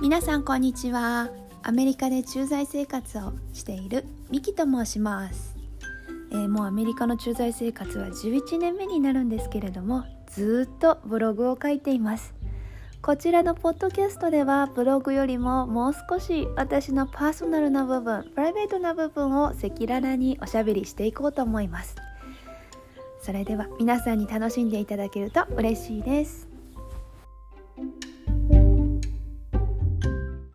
皆さんこんにちは。アメリカで駐在生活をしているミキと申します。もうアメリカの駐在生活は11年目になるんですけれども、ずっとブログを書いています。こちらのポッドキャストではブログよりももう少し私のパーソナルな部分、プライベートな部分を赤裸々におしゃべりしていこうと思います。それでは皆さんに楽しんでいただけると嬉しいです。